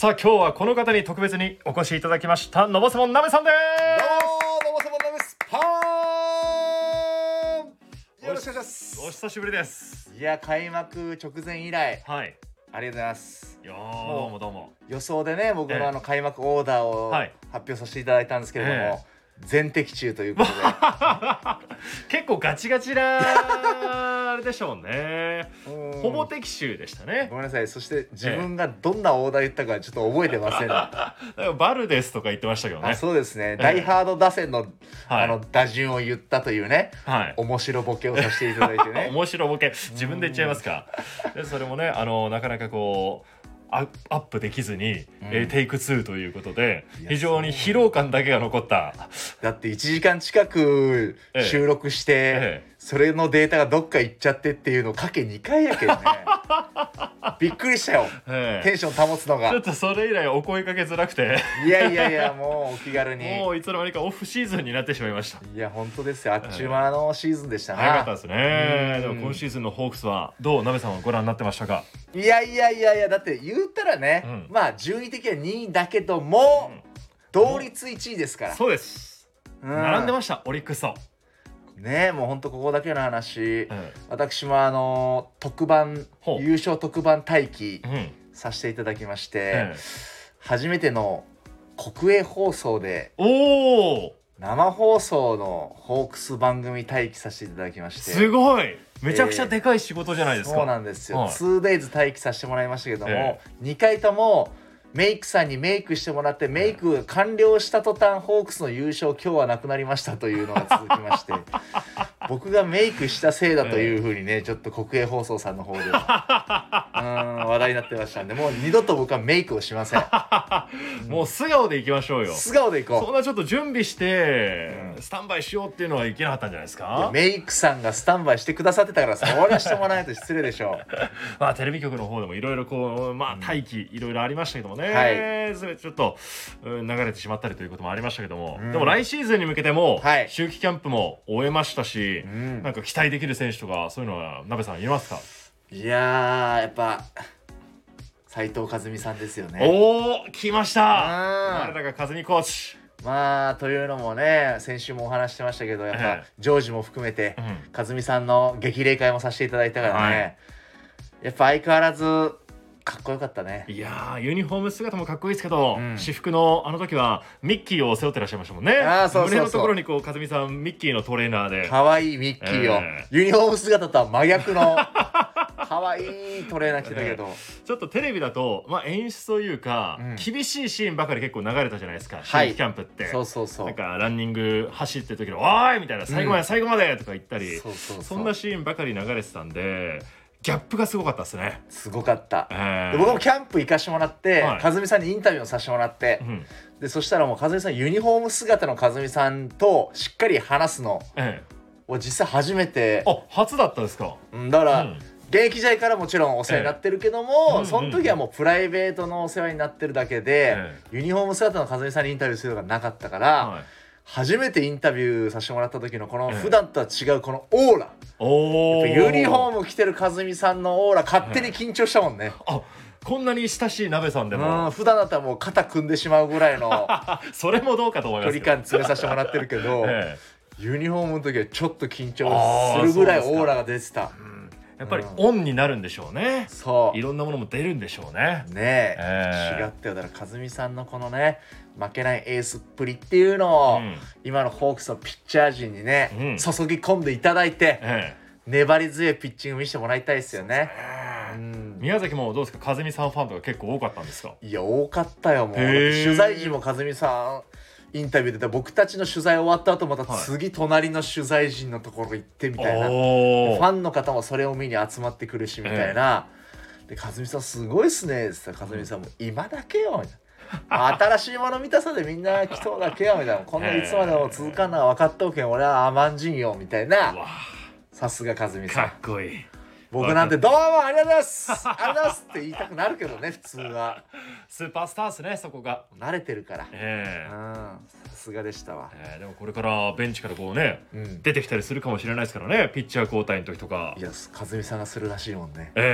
さあ今日はこの方に特別にお越しいただきました。のぼせもんなべさんです。 どうも、どうも、どうもです。パーン。よろしくお願いします。 お久しぶりです。 いや、開幕直前以来、 はい。 ありがとうございます。 いやーどうもどうも。 予想でね、僕の開幕オーダーをはい発表させていただいたんですけれども、全的中ということで結構ガチガチなあれでしょうね。ほぼ的中でしたね。 ごめんなさい。そして自分がどんなオーダー言ったかちょっと覚えてません。 だからバルデスとか言ってましたけどね。 あ、そうですね。ダイハード打線の、 はい打順を言ったというね、 はい面白ボケをさせていただいてね。 面白ボケ自分で言っちゃいますか。でそれもねなかなかこうアップできずに、テイク2ということで非常に疲労感だけが残った。 だって1時間近く収録して、それのデータがどっか行っちゃってっていうのをかけ2回やけどねびっくりしたよ、テンション保つのが。 ちょっとそれ以来お声かけづらくていやいやいや、もうお気軽に。 もういつの間にかオフシーズンになってしまいました。 いや本当ですよ、あっちゅう間のシーズンでしたな。 早かったですね。でも今シーズンのホークスはどう、なべさんはご覧になってましたか？ いやいやいやいや、だって言ったらね、まあ順位的には2位だけども、同率1位ですから。 そうです、並んでました、オリックスとね。え、もうほんとここだけの話、私も特番優勝特番待機させていただきまして、初めての国営放送で生放送のホークス番組待機させていただきまして、 すごいめちゃくちゃでかい仕事じゃないですか。 そうなんですよ、2days 待機させてもらいましたけども、2回ともメイクさんにメイクしてもらって、メイク完了した途端ホークスの優勝今日はなくなりましたというのが続きまして僕がメイクしたせいだというふうにね、ちょっと国営放送さんの方では話題になってましたんで、もう二度と僕はメイクをしませんもう素顔でいきましょうよ。 素顔でいこう。 そんなちょっと準備して、スタンバイしようっていうのはいけなかったんじゃないですか？ メイクさんがスタンバイしてくださってたから、それはしてもらわないと失礼でしょうまあテレビ局の方でもいろいろこう待機いろいろありましたけどもね、それちょっと流れてしまったりということもありましたけども、でも来シーズンに向けても秋季キャンプも終えましたし、なんか期待できる選手とかそういうのはなべさんいますか？ いやー、やっぱ斉藤和美さんですよね。 おお、来ました。我らが和美コーチ。 まあというのもね、先週もお話してましたけど、やっぱジョージも含めて和美さんの激励会もさせていただいたからね、やっぱ相変わらずかっこよかったね。 いやー、ユニフォーム姿もかっこいいですけど、私服のあの時はミッキーを背負ってらっしゃいましたもんね。胸のところにこう和美さんミッキーのトレーナーで可愛いミッキーを、ユニフォーム姿とは真逆の可愛いトレーナー着てたけど、 ちょっとテレビだと、演出というか、厳しいシーンばかり結構流れたじゃないですか、秋季キャンプって。なんかランニング走ってる時の「おーい!」みたいな「最後まで最後まで!」とか言ったり、そんなシーンばかり流れてたんで、ギャップがすごかったですね。 すごかった。で僕もキャンプ行かしてもらって、和美さんにインタビューをさせてもらって、でそしたらもう和美さんユニフォーム姿の和美さんとしっかり話すのを実際初めて。 初だったですか？ だから、現役時代からもちろんお世話になってるけども、その時はもうプライベートのお世話になってるだけで、ユニフォーム姿の和美さんにインタビューするのがなかったから、初めてインタビューさせてもらった時のこの普段とは違うこのオーラ、ユニフォーム着てる和美さんのオーラ、勝手に緊張したもんね。 こんなに親しいなべさんでも普段だったらもう肩組んでしまうぐらいのそれもどうかと思います距離感詰めさせてもらってるけど、ユニフォームの時はちょっと緊張するぐらいオーラが出てた。 やっぱりオンになるんでしょうね。 そう、 いろんなものも出るんでしょうね。 ねえ、違ったよ。だから和美さんのこのね、負けないエースっぷりっていうのを、今のホークスのピッチャー陣にね、注ぎ込んでいただいて、粘り強いピッチング見せてもらいたいですよね。 宮崎もどうですか？和美さんファンとか結構多かったんですか？ いや多かったよ。もう取材時も和美さんインタビューで僕たちの取材終わった後また次隣の取材陣のところ行ってみたいな、ファンの方もそれを見に集まってくるしみたいな、で和美さんすごいっすねって言ったら、和美さんも今だけよみたいな新しいもの見たさでみんな来とうだけよみたいな、こんないつまでも続かんのは分かっとうけん俺は甘んじんよみたいな。さすが和美さん、 かっこいい。 僕なんてどうもありがとうございますありがとうございますって言いたくなるけどね、普通は。 スーパースターですね、そこが。 慣れてるから。さすがでしたわ。 でもこれからベンチからこうね、出てきたりするかもしれないですからね、ピッチャー交代の時とか。 いや、和美さんがするらしいもんね。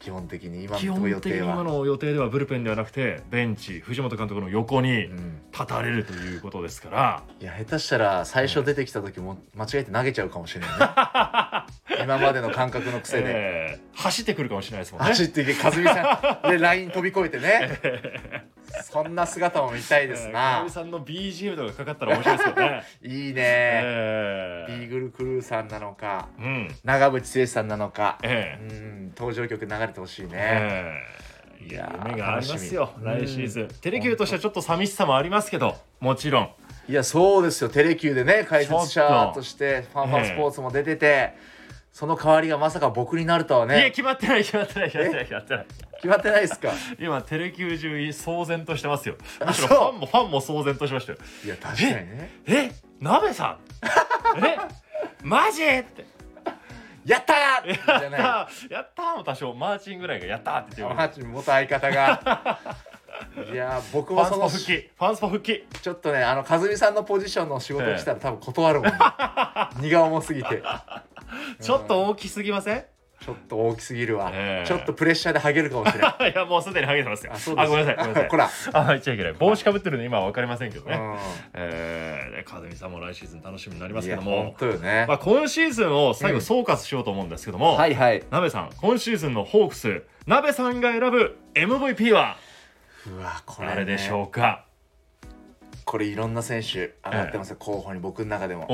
基本的に今の予定は。 今の予定ではブルペンではなくてベンチ、藤本監督の横に立たれるということですから、 いや下手したら最初出てきた時も間違えて投げちゃうかもしれないね今までの感覚の癖で、 走ってくるかもしれないですもんね。 走っていけ和美さんでライン飛び越えてねそんな姿も見たいですな。 和美さんの BGM とかかかったら面白いですよねいいね、ビーグルクルーさんなのか、長渕剛さんなのか、登場曲流れてほしいね。 いや夢がありますよ来シーズン。テレキューとしてはちょっと寂しさもありますけど、もちろん。 いやそうですよ、テレキューでね解説者としてファンファンスポーツも出てて、その代わりがまさか僕になるとはね。 いや決まってない決まってないですか今テレキュー中騒然としてますよ。むしろファンも騒然としましたよ。 いや確かにね。 鍋さんマジってやったーじゃないやったーも多少マーチンぐらいがやったーって言ってマーチン元相方がいや僕もそのファンスポ復帰ちょっとね和美さんのポジションの仕事来たら多分断るもん、ね荷が重すぎてちょっと大きすぎません？ ちょっと大きすぎるわ、ちょっとプレッシャーでハゲるかもしれないいやもうすでにハゲてますよ。ごめんなさいこら言っちゃいけない。帽子かぶってるの今は分かりませんけどね。和美さんも来シーズン楽しみになりますけども、 本当よね。 今シーズンを最後総括しようと思うんですけども、鍋さん今シーズンのホークス、鍋さんが選ぶ MVP は誰でしょうか？ これいろんな選手上がってますよ、候補に僕の中でも。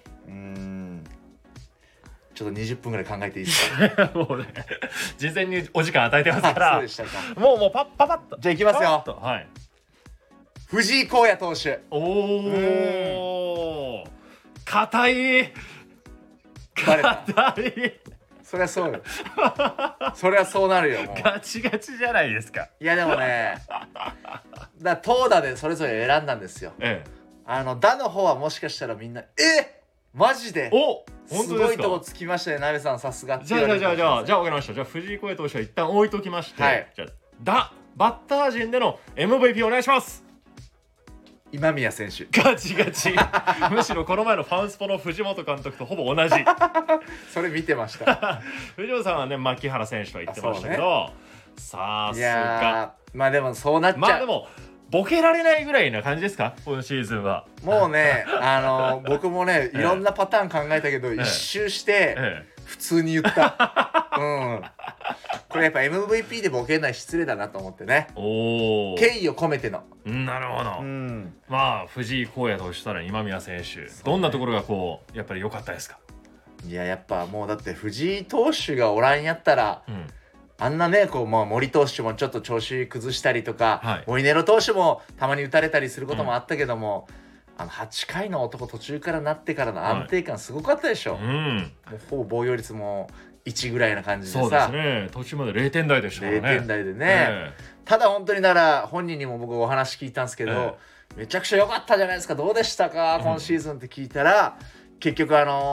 ちょっと20分ぐらい考えていいですか？ もうね事前にお時間与えてますからそうでしたか。 もうパッとじゃあいきますよ。藤井皓哉投手。 硬いそりゃそうよそりゃそうなるよ。もうガチガチじゃないですか。 いやでもね投打でそれぞれ選んだんですよ。打の方はもしかしたらみんなマジですごいとこつきましたね鍋さん、さすが。 じゃあ分かりました。じゃあ藤井皓哉投手は一旦置いときまして、じゃあバッター陣での MVP お願いします。 今宮選手。 ガチむしろこの前のファンスポの藤本監督とほぼ同じそれ見てました藤本さんはね牧原選手と言ってましたけど、さすが。 まあでもそうなっちゃう。 でもボケられないぐらいな感じですか今シーズンは。 もうね僕もねいろんなパターン考えたけど、一周して普通に言ったこれやっぱ MVP でボケない失礼だなと思ってね。敬意を込めての。 なるほど。藤井皓哉投手たら今宮選手、どんなところがやっぱり良かったですか？ いややっぱもうだって藤井投手がおらんやったら、あんなね森投手もちょっと調子崩したりとか、モイネロ投手もたまに打たれたりすることもあったけども、8回の男途中からなってからの安定感すごかったでしょ。もうほぼ防御率も1ぐらいな感じでさ。 そうですね、途中まで0点台でしたからね。 0点台でね、ただ本当に本人にも僕お話聞いたんですけど、めちゃくちゃ良かったじゃないですか、どうでしたか今シーズンって聞いたら、結局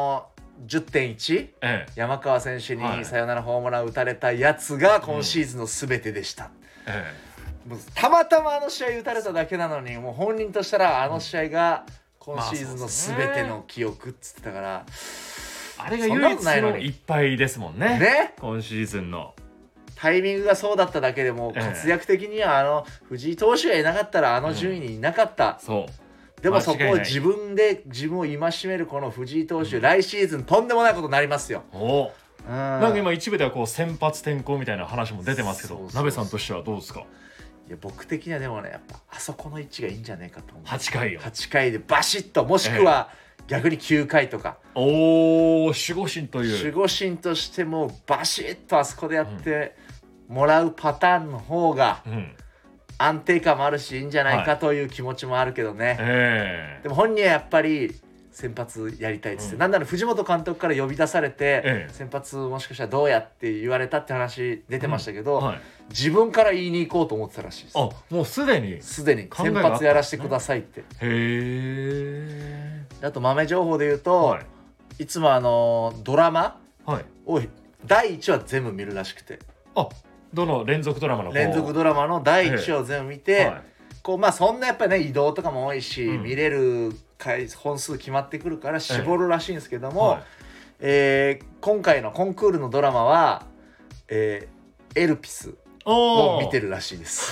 10.1、山川選手にサヨナラホームラン打たれたやつが今シーズンの全てでした。もうたまたま試合打たれただけなのに、もう本人としたら試合が今シーズンの全ての記憶っつってたから、 あれが唯一の一敗ですもんね。今シーズンのタイミングがそうだっただけでも、活躍的には藤井投手がいなかったら順位にいなかった。でもそこを自分を戒めるこの藤井投手、来シーズンとんでもないことになりますよ。 なんか今一部では先発転向みたいな話も出てますけど、鍋さんとしてはどうですか？ いや僕的にはでもね、やっぱあそこの位置がいいんじゃないかと思う。8回でバシッと、もしくは逆に9回とか、 守護神という守護神としてもバシッとあそこでやってもらうパターンの方が安定感もあるしいいんじゃないかという気持ちもあるけどね。でも本人はやっぱり先発やりたいっつって、なんなら藤本監督から呼び出されて、先発もしかしたらどうやって言われたって話出てましたけど、自分から言いに行こうと思ってたらしいです。 もうすでに先発やらせてくださいって。あと豆情報で言うと、いつもドラマを第1話全部見るらしくて、 どの連続ドラマの第1話を全部見て、そんなやっぱりね移動とかも多いし、見れる本数決まってくるから絞るらしいんですけども、今回のコンクールのドラマは、 エルピスを見てるらしいです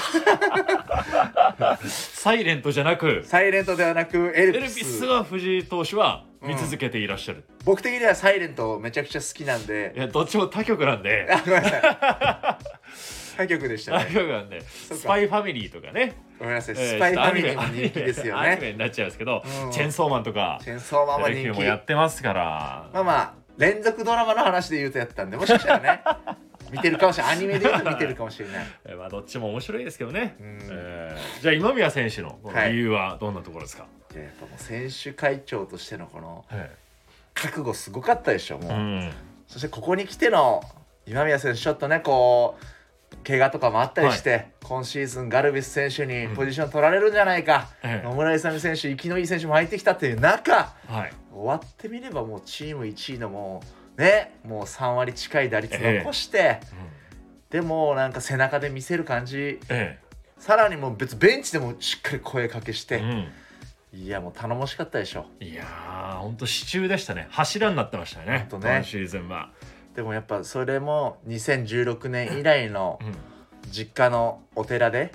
サイレントじゃなく、 サイレントではなくエルピスは藤井投手は見続けていらっしゃる、 僕的にはサイレントめちゃくちゃ好きなんで、 いやどっちも他局なんでごめんなさい他局でしたね。 他局なんでスパイファミリーとかね、 ごめんなさい、スパイファミリーも人気ですよね。 アニメになっちゃうんですけど、チェンソーマンとかチェンソーマンも人気もやってますから、 まあ連続ドラマの話で言うとやったんで、もしかしたらね見てるかもしれない、アニメで言うと見てるかもしれないまあどっちも面白いですけどね、じゃあ今宮選手の理由はどんなところですか？ やっぱもう選手会長としてのこの覚悟すごかったでしょもう、そしてここに来ての今宮選手ちょっとねこう怪我とかもあったりして、今シーズンガルビス選手にポジション取られるんじゃないか、野村勇選手、生きのいい選手も入ってきたっていう中、終わってみればもうチーム1位のもうね、もう3割近い打率残して、でもなんか背中で見せる感じ、さらにもう別ベンチでもしっかり声かけして、いやもう頼もしかったでしょ。 いやーほんと支柱でしたね、柱になってましたよね、今シーズンは。 でもやっぱそれも2016年以来の実家のお寺で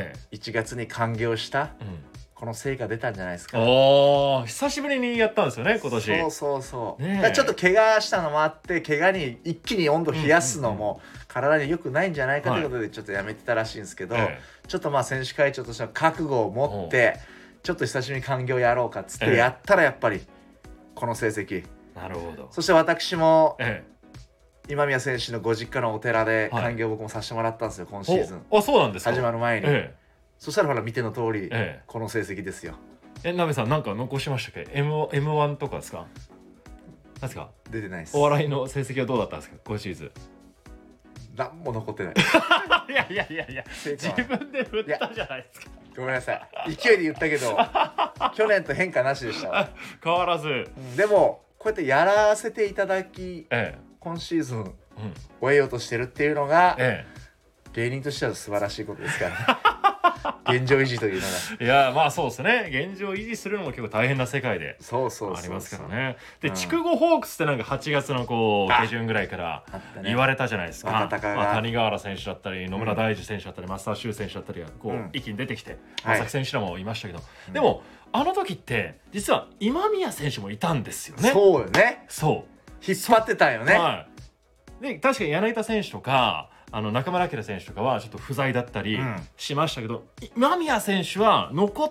1月に完業したこの成果出たんじゃないですか。 久しぶりにやったんですよね今年。 そう、ね、ちょっと怪我したのもあって、怪我に一気に温度冷やすのも体に良くないんじゃないかということでちょっとやめてたらしいんですけど、ちょっとまあ選手会長としての覚悟を持ってちょっと久しぶりに完業やろうかっつってやったらやっぱりこの成績。 なるほど。 そして私も今宮選手のご実家のお寺で完業僕もさせてもらったんですよ、今シーズン。 そうなんですか。 始まる前に、そしたらほら見ての通り、この成績ですよ。 なべさんなんか残しましたっけ？ M1 とかですか？何ですか？ 出てないです。 お笑いの成績はどうだったんですか今シーズン？ 何も残ってないいや自分で振ったじゃないですか。 ごめんなさい、勢いで言ったけど去年と変化なしでした変わらず、 でもこうやってやらせていただき、今シーズン終えようとしてるっていうのが、芸人としては素晴らしいことですからね現状維持というのが。 いやまあそうですね、現状維持するのも結構大変な世界でありますからね。で筑後ホークスってなんか8月のこう下旬ぐらいから言われたじゃないですか。谷川原選手だったり野村大樹選手だったり増田修選手だったりがこう一気に出てきて、佐々木選手らもいましたけど、でもあの時って実は今宮選手もいたんですよね。 そうよね。 そう引っ張ってたよね。 で確かに柳田選手とか中村晃選手とかはちょっと不在だったりしましたけど、今宮選手は残って、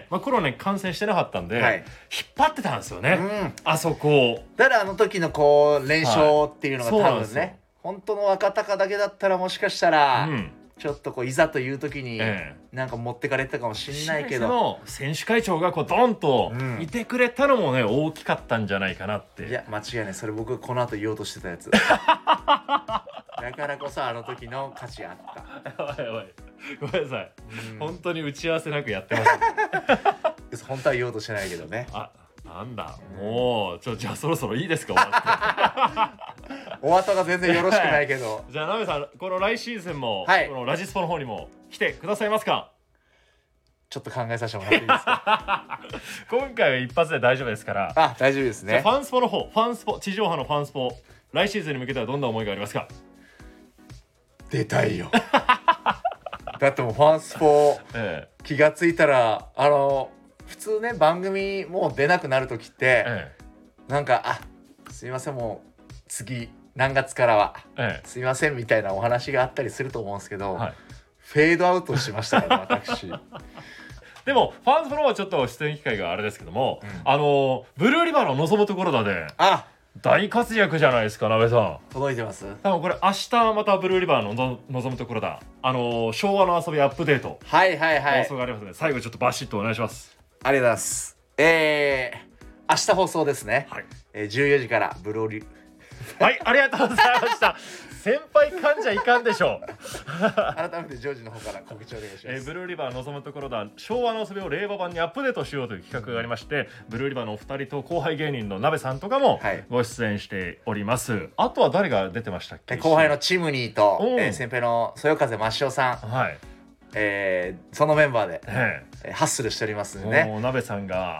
コロナに感染してなかったんで、引っ張ってたんですよね、あそこ。 だからあの時のこう連勝っていうのが多分ね、本当の若隆だけだったらもしかしたら、ちょっとこういざという時になんか持ってかれてたかもしれないけど、 選手会長がこうドンといてくれたのもね、大きかったんじゃないかなって。 いや間違いない、それ僕この後言おうとしてたやつだからこそあの時の価値あった。 やばいごめんなさい、本当に打ち合わせなくやってます、 本当は言おうとしてないけどね。 なんだもうじゃあそろそろいいですか終わってお後が全然よろしくないけどじゃあなべさんこの来シーズンも、このラジスポの方にも来てくださいますか？ ちょっと考えさせてもらっていいですか今回は一発で大丈夫ですから。 大丈夫ですね。 ファンスポの方、地上波のファンスポ、来シーズンに向けてはどんな思いがありますか？ 出たいよだってもうファンスポ、気がついたら普通ね番組もう出なくなる時って、なんかすいませんもう次何月からは、すいませんみたいなお話があったりすると思うんですけど、フェードアウトしましたから、私でもファンスポの方はちょっと出演機会があれですけども、ブルーリバーの望むところだで大活躍じゃないですか、なべさん。 届いてます？ 多分これ明日またブルーリバーの望むところだ、昭和の遊びアップデート放送がありますので、最後ちょっとバシッとお願いします。 ありがとうございます。明日放送ですね、14時からブルーリありがとうございました先輩噛んじゃいかんでしょ改めてジョージの方から告知お願いします。 ブルーリバー望むところだ、昭和の遊びを令和版にアップデートしようという企画がありまして、ブルーリバーのお二人と後輩芸人のなべさんとかもご出演しております、あとは誰が出てましたっけ？ 後輩のチムニーと、先輩のそよ風真汐さん、そのメンバーで、ハッスルしておりますんでね。 なべさんが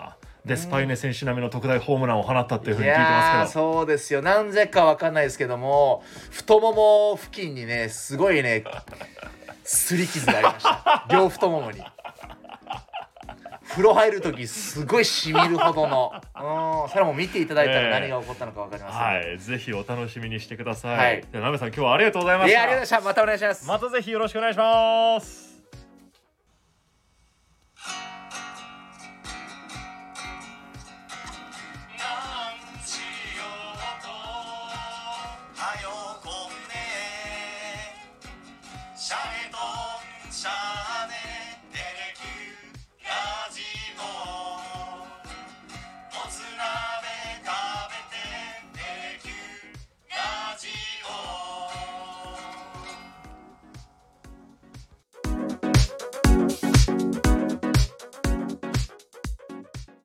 デスパイネ選手並みの特大ホームランを放ったっていうふうに聞いてますけど。 そうですよ。なんぜかわかんないですけども、太もも付近にねすごいね擦り傷がありました両太ももに。風呂入る時すごいしみるほどの、それも見ていただいたら何が起こったのか分かります、 はい、ぜひお楽しみにしてください。なべさん今日はありがとうございました。 ありがとうございました。またお願いします。 またぜひよろしくお願いします。